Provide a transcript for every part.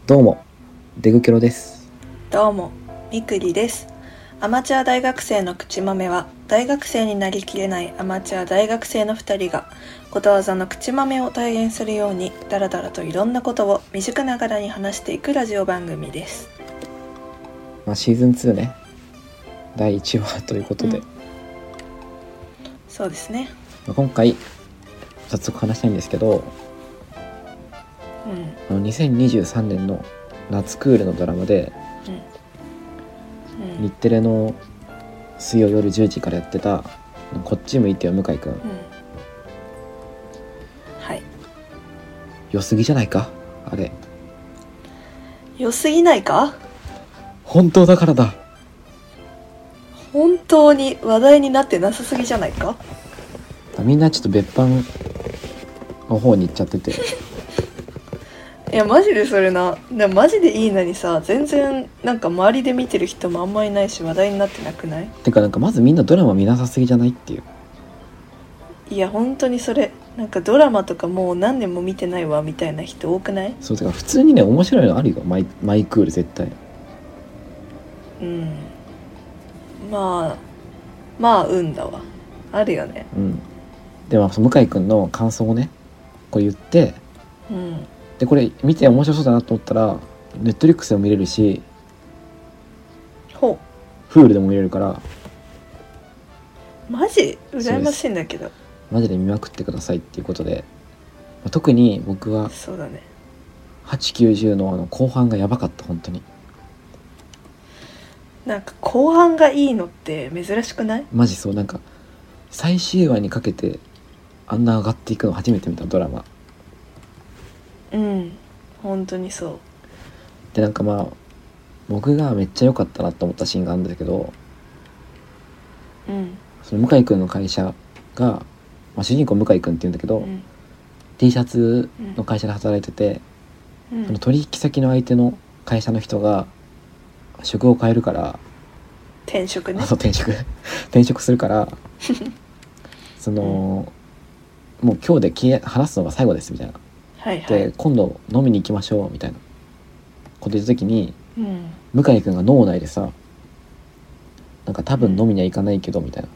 どうも、デグキョロです。 どうも、みくりです。アマチュア大学生の口豆は、大学生になりきれないアマチュア大学生の2人が、ことわざの口豆を体現するように、だらだらといろんなことを未熟ながらに話していくラジオ番組です。 シーズン2ね、第1話ということで、 そうですね。 今回早速話したいんですけど、2023年の夏クールのドラマで、日テレの水曜夜10時からやってたこっち向いてよ向井くん、 はい。 良すぎじゃないかあれ。 良すぎないか？ 本当だからだ。 本当に話題になってなさすぎじゃないか？ みんなちょっと別班の方に行っちゃってていやマジでそれな、マジでいいのにさ、全然なんか周りで見てる人もあんまいないし話題になってなくない？ てかなんかまずみんなドラマ見なさすぎじゃないっていう。 いや本当にそれ、なんかドラマとかもう何年も見てないわみたいな人多くない？ そうだから普通にね面白いのあるよ、マイクール絶対。 まあ運だわ、あるよね。 でも向井くんの感想をねこう言って、でこれ見て面白そうだなと思ったらネットリックスでも見れるし、Hulu でも見れるから、 マジ羨ましいんだけど。 マジで見まくってくださいっていうことで、特に僕はそうだね、 8、9、10の後半がやばかった。本当になんか後半がいいのって珍しくない？ マジそう。なんか最終話にかけてあんな上がっていくの初めて見たドラマ本当にそうで、なんか僕がめっちゃ良かったなと思ったシーンがあるんだけど、その向井くんの会社が、主人公向井くんって言うんだけど、T シャツの会社で働いてて、その取引先の相手の会社の人が職を変えるから、 転職ね。 転職するからその、もう今日で話すのが最後ですみたいな、で今度飲みに行きましょうみたいなこと言った時に、向井くんが脳内でさ、なんか多分飲みには行かないけどみたい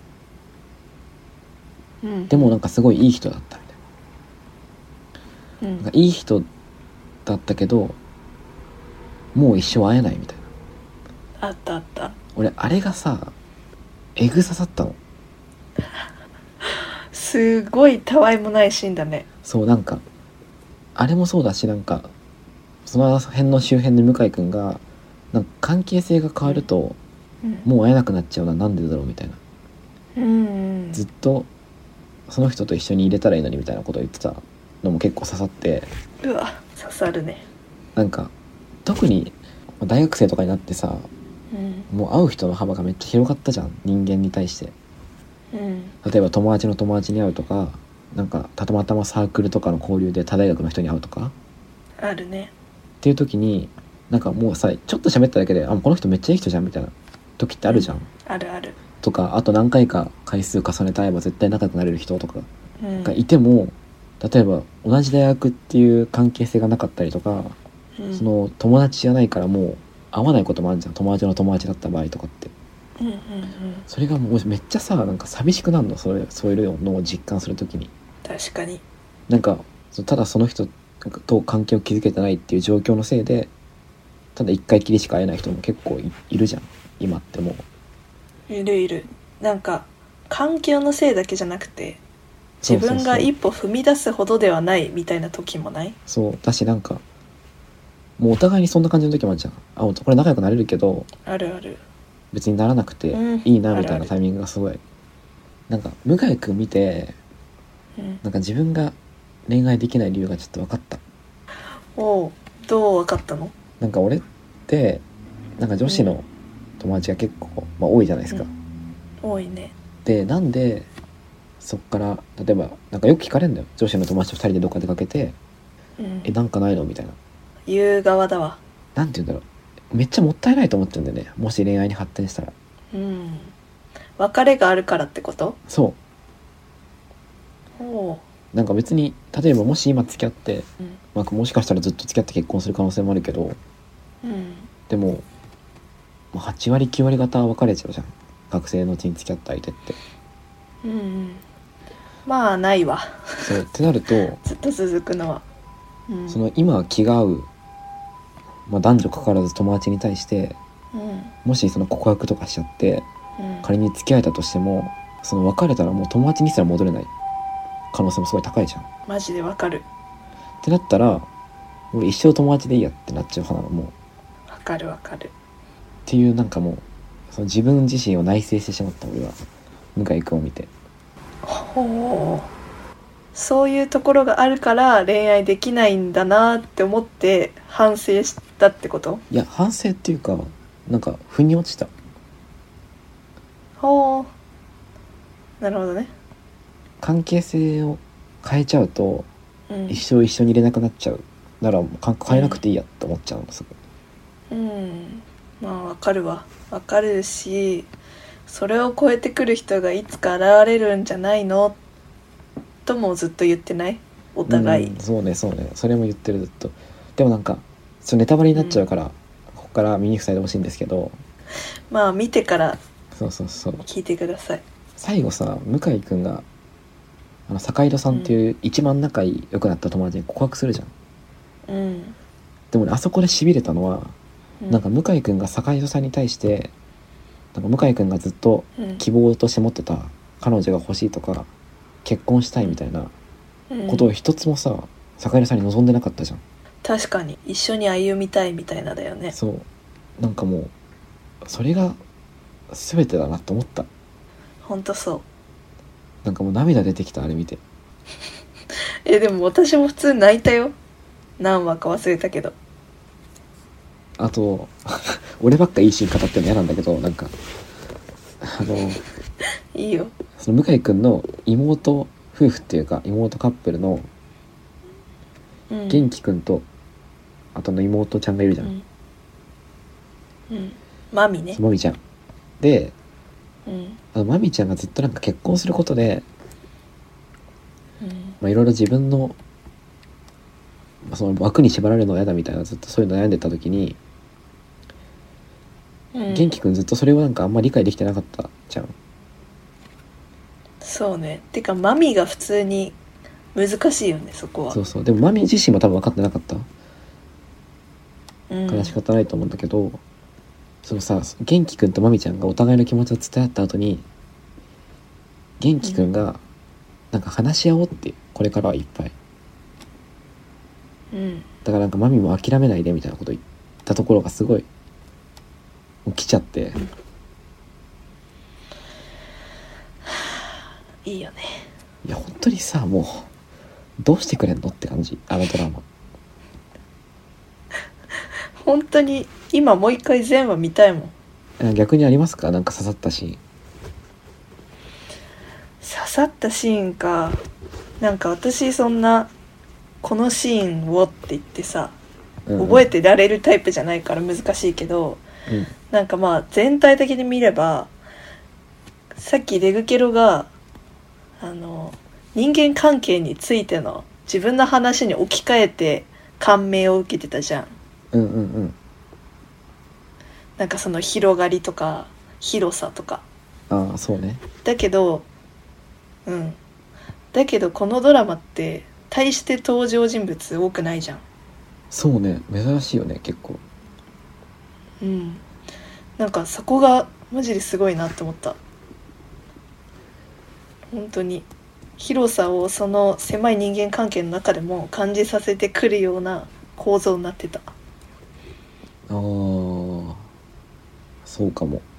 な、でもなんかすごいいい人だったみたいな、なんかいい人だったけどもう一生会えないみたいな、あったあった。 俺あれがさエグ刺さったの。 すごいたわいもないシーンだね。 そう、なんかあれもそうだし、なんかその辺の周辺で向井くんがなんか関係性が変わると、もう会えなくなっちゃうのはなんでだろうみたいな、ずっとその人と一緒に入れたらいいのにみたいなことを言ってたのも結構刺さって、 うわ刺さるね。 なんか特に大学生とかになってさ、もう会う人の幅がめっちゃ広がったじゃん、人間に対して。例えば友達の友達に会うとか、なんかたまたまサークルとかの交流で他大学の人に会うとかあるね。 っていう時に、なんかもうさちょっと喋っただけでこの人めっちゃいい人じゃんみたいな時ってあるじゃん、 あるある。 とか、あと何回か回数重ねて会えば絶対仲良くなれる人とかがいても、例えば同じ大学っていう関係性がなかったりとか、その友達じゃないからもう会わないこともあるじゃん、友達の友達だった場合とかって、それがもうめっちゃさ、なんか寂しくなるの、そういうのを実感するときに。 確かに。 なんかただその人と関係を築けてないっていう状況のせいで、ただ一回きりしか会えない人も結構 いるじゃん今って。もういる。なんか環境のせいだけじゃなくて、自分が一歩踏み出すほどではないみたいな時もない？ そうだし、なんかもうお互いにそんな感じの時もあるじゃん。これ仲良くなれるけどあるある、 別にならなくていいなみたいなタイミングがすごい。なんか向井くん見て、なんか自分が恋愛できない理由がちょっと分かった。 どう分かったの？ なんか俺ってなんか女子の友達が結構、多いじゃないですか、 多いね。 でなんでそっから例えばなんかよく聞かれるんだよ、女子の友達と2人でどっか出かけて、なんかないのみたいな。 言う側だわ。 なんて言うんだろう、めっちゃもったいないと思っちゃうんだよね、もし恋愛に発展したら。 別れがあるからってこと？ そなんか別に例えばもし今付き合って、 うんまあ、もしかしたらずっと付き合って結婚する可能性もあるけど、 うんでもまあ8割9割方別れちゃうじゃん、学生のうちに付き合った相手って。 うんうん。まあないわ。 そうってなるとずっと続くのは。うん。 その今気が合う、まあ、男女関わらず友達に対してうんもしその告白とかしちゃってうん。 仮に付き合えたとしても、その別れたらもう友達にすら戻れない可能性もすごい高いじゃん。っマジでわかる。 てなったら俺一生友達でいいやってなっちゃう派なの。もうっわかるわかる。 ていう、なんかもうその自分自身を内省してしまった俺は向井くんを見て。 ほう。そういうところがあるから恋愛できないんだなって思って反省したってこと？ いや反省っていうかなんか腑に落ちた。 ほう。なるほどね。 関係性を変えちゃうとうん一生一緒にいれなくなっちゃうならもう変えなくていいやって思っちゃうのすごい。 うん。まあわかるわ。わかるし、それを超えてくる人がいつか現れるんじゃないのともずっと言ってない？お互い。 うん、そうねそうね、それも言ってるずっと。でもなんかそのネタバレになっちゃうから、ここから耳塞いでほしいんですけど、 まあ見てからそうそうそう、 聞いてください。 最後さ向井くんが坂井戸さんっていう一番仲良くなった友達に告白するじゃん。 うん。 でもねあそこで痺れたのは、 うんなんか向井くんが坂井戸さんに対してなんか向井くんがずっとうん希望として持ってた彼女が欲しいとか結婚したいみたいなことを一つもさ坂井戸さんに望んでなかったじゃん。 確かに一緒に歩みたいみたいなだよね。 そうなんかもうそれが全てだなと思った。 ほんとそう。 なんかもう涙出てきたあれ見て。 でも私も普通に泣いたよ。何話か忘れたけど。 あと俺ばっかいいシーン語ってるの嫌なんだけど、なんかいいよ。 その向井くんの妹夫婦っていうか妹カップルのうん。 元気くんとあとの妹ちゃんがいるじゃん、 うん。うん。マミね。 まみちゃんで、 うん。 まみちゃんがずっとなんか結婚することでうん。 いろいろ自分のその枠に縛られるのが嫌だみたいなずっとそういうの悩んでた時に、 うん、 元気くんずっとそれをなんかあんまり理解できてなかったじゃん。 そうね。てかマミが普通に難しいよね、そこは。 そうそう、でもマミ自身も多分分かってなかったうん、 から仕方ないと思うんだけど、そのさ元気くんとまみちゃんがお互いの気持ちを伝え合った後に元気くんがなんか話し合おうってこれからはいっぱいうん。 だからなんかマミも諦めないでみたいなこと言ったところがすごいもう来ちゃって、 いいよね。 いや本当にさもうどうしてくれんのって感じあのドラマ。 本当に今もう一回全話見たいもん。 逆にありますか、なんか刺さったシーン。 刺さったシーンか。なんか私そんなこのシーンをって言ってさ、覚えてられるタイプじゃないから難しいけど、 うんなんかまあ全体的に見れば、さっきデグケロが人間関係についての自分の話に置き換えて感銘を受けてたじゃん。 うんうんうん。 なんかその広がりとか広さとか。 ああそうね。 だけどこのドラマって大して登場人物多くないじゃん。 そうね、珍しいよね結構。 なんかそこがマジですごいなって思った。本当に広さをその狭い人間関係の中でも感じさせてくるような構造になってた。 ああそうかも。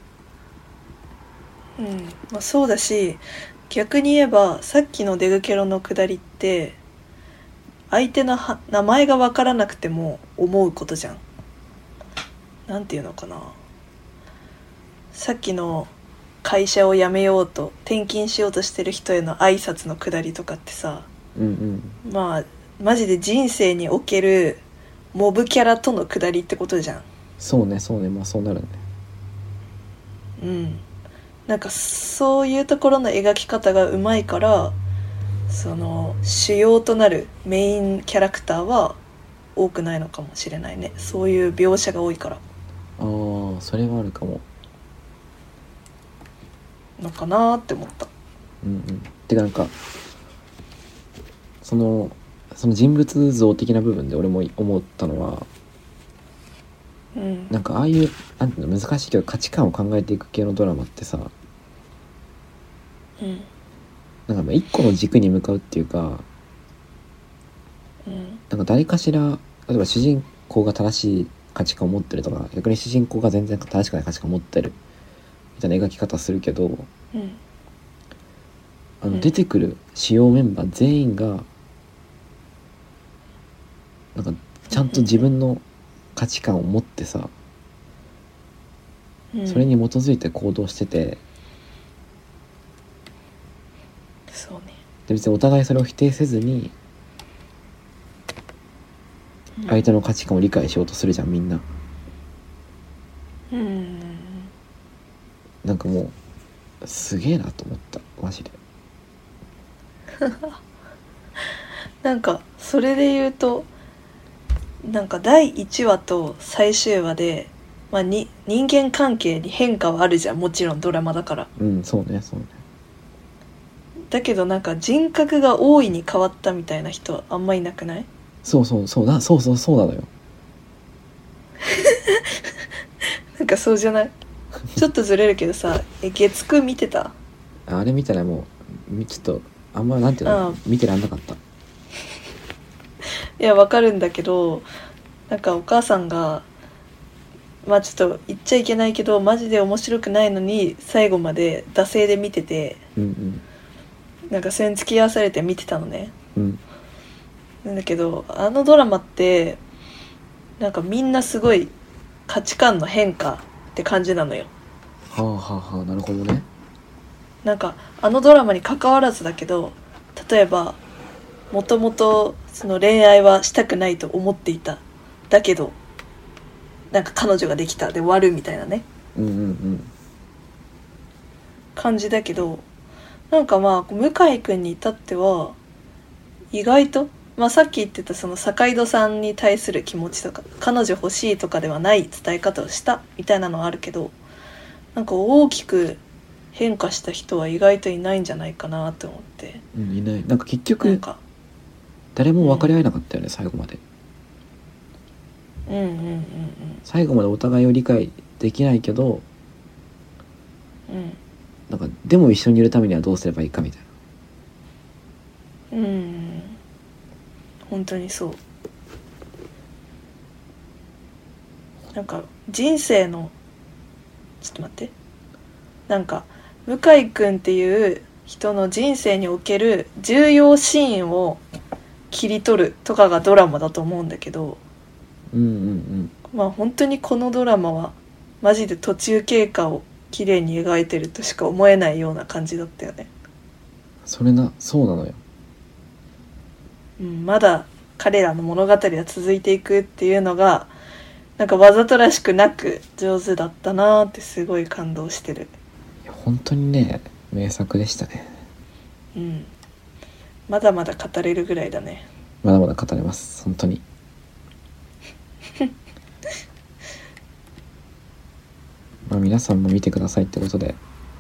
まあ、そうだし、逆に言えばさっきのデグケロのくだりって相手の名前が分からなくても思うことじゃん。なんていうのかな、さっきの会社を辞めようと転勤しようとしてる人への挨拶のくだりとかってさ、まあマジで人生におけるモブキャラとのくだりってことじゃん。 そうねそうね、まあそうなるね。 なんかそういうところの描き方がうまいから、 その主要となるメインキャラクターは多くないのかもしれないね。そういう描写が多いからそれはあるかも。 のかなって思った。 てかなんかその人物像的な部分で俺も思ったのは、なんかああいうなんていうの、難しいけど価値観を考えていく系のドラマってさ、なんか一個の軸に向かうっていうか、なんか誰かしら、例えば主人公が正しい価値観を持ってるとか、逆に主人公が全然正しくない価値観を持ってるみたいな描き方するけど、出てくる主要メンバー全員がなんかちゃんと自分の価値観を持ってさ、それに基づいて行動してて、 そうね。 で別にお互いそれを否定せずに相手の価値観を理解しようとするじゃん、みんな。なんかもうすげえなと思った、マジで。 なんかそれで言うと、なんか第1話と最終話で、人間関係に変化はあるじゃん、もちろんドラマだから。 そうね。 だけどなんか人格が大いに変わったみたいな人はあんまいなくない？ そうなのよ。 なんかそうじゃない？ちょっとずれるけどさ、月9見てた？ あれ見たらもうちょっとあんまなんていうの、見てらんなかった。 いやわかるんだけど、なんかお母さんがちょっと言っちゃいけないけどマジで面白くないのに最後まで惰性で見てて、なんかそれに付き合わされて見てたのね。なんだけどあのドラマってなんかみんなすごい価値観の変化って感じなのよ。 なるほどね。 なんかあのドラマに関わらずだけど、例えばもともとその恋愛はしたくないと思っていた、だけどなんか彼女ができたで終わるみたいなね、感じだけど、なんか向井くんに至っては意外と、さっき言ってたその坂井戸さんに対する気持ちとか、彼女欲しいとかではない伝え方をしたみたいなのはあるけど、なんか大きく変化した人は意外といないんじゃないかなと思って。 いない。なんか結局誰も分かり合えなかったよね、最後まで。最後までお互いを理解できないけど、なんかでも一緒にいるためにはどうすればいいかみたいな。 本当にそう。なんか人生のちょっと待って、なんか向井くんっていう人の人生における重要シーンを切り取るとかがドラマだと思うんだけど、本当にこのドラマはマジで途中経過を綺麗に描いてるとしか思えないような感じだったよね。 そうなのよ。 まだ彼らの物語は続いていくっていうのがなんかわざとらしくなく上手だったなってすごい感動してる。 いや本当にね、名作でしたね。 まだまだ語れるぐらいだね。 まだまだ語れます、本当に。皆さんも見てくださいってことで、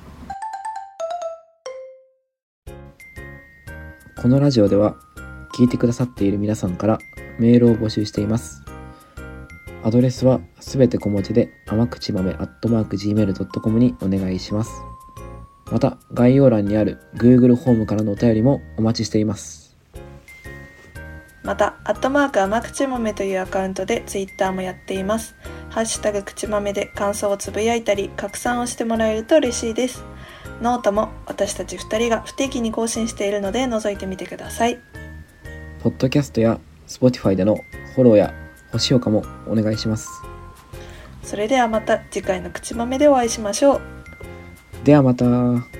このラジオでは聞いてくださっている皆さんからメールを募集しています。アドレスはすべて小文字で甘口豆@gmail.com にお願いします。また概要欄にある Google ホームからのお便りもお待ちしています。 また甘口豆というアカウントで Twitter もやっています。ハッシュタグ口豆で感想をつぶやいたり拡散をしてもらえると嬉しいです。ノートも私たち2人が不定期に更新しているので覗いてみてください。 ポッドキャストや Spotify でのフォローや星評価もお願いします。 それではまた次回の口豆でお会いしましょう。 ではまた。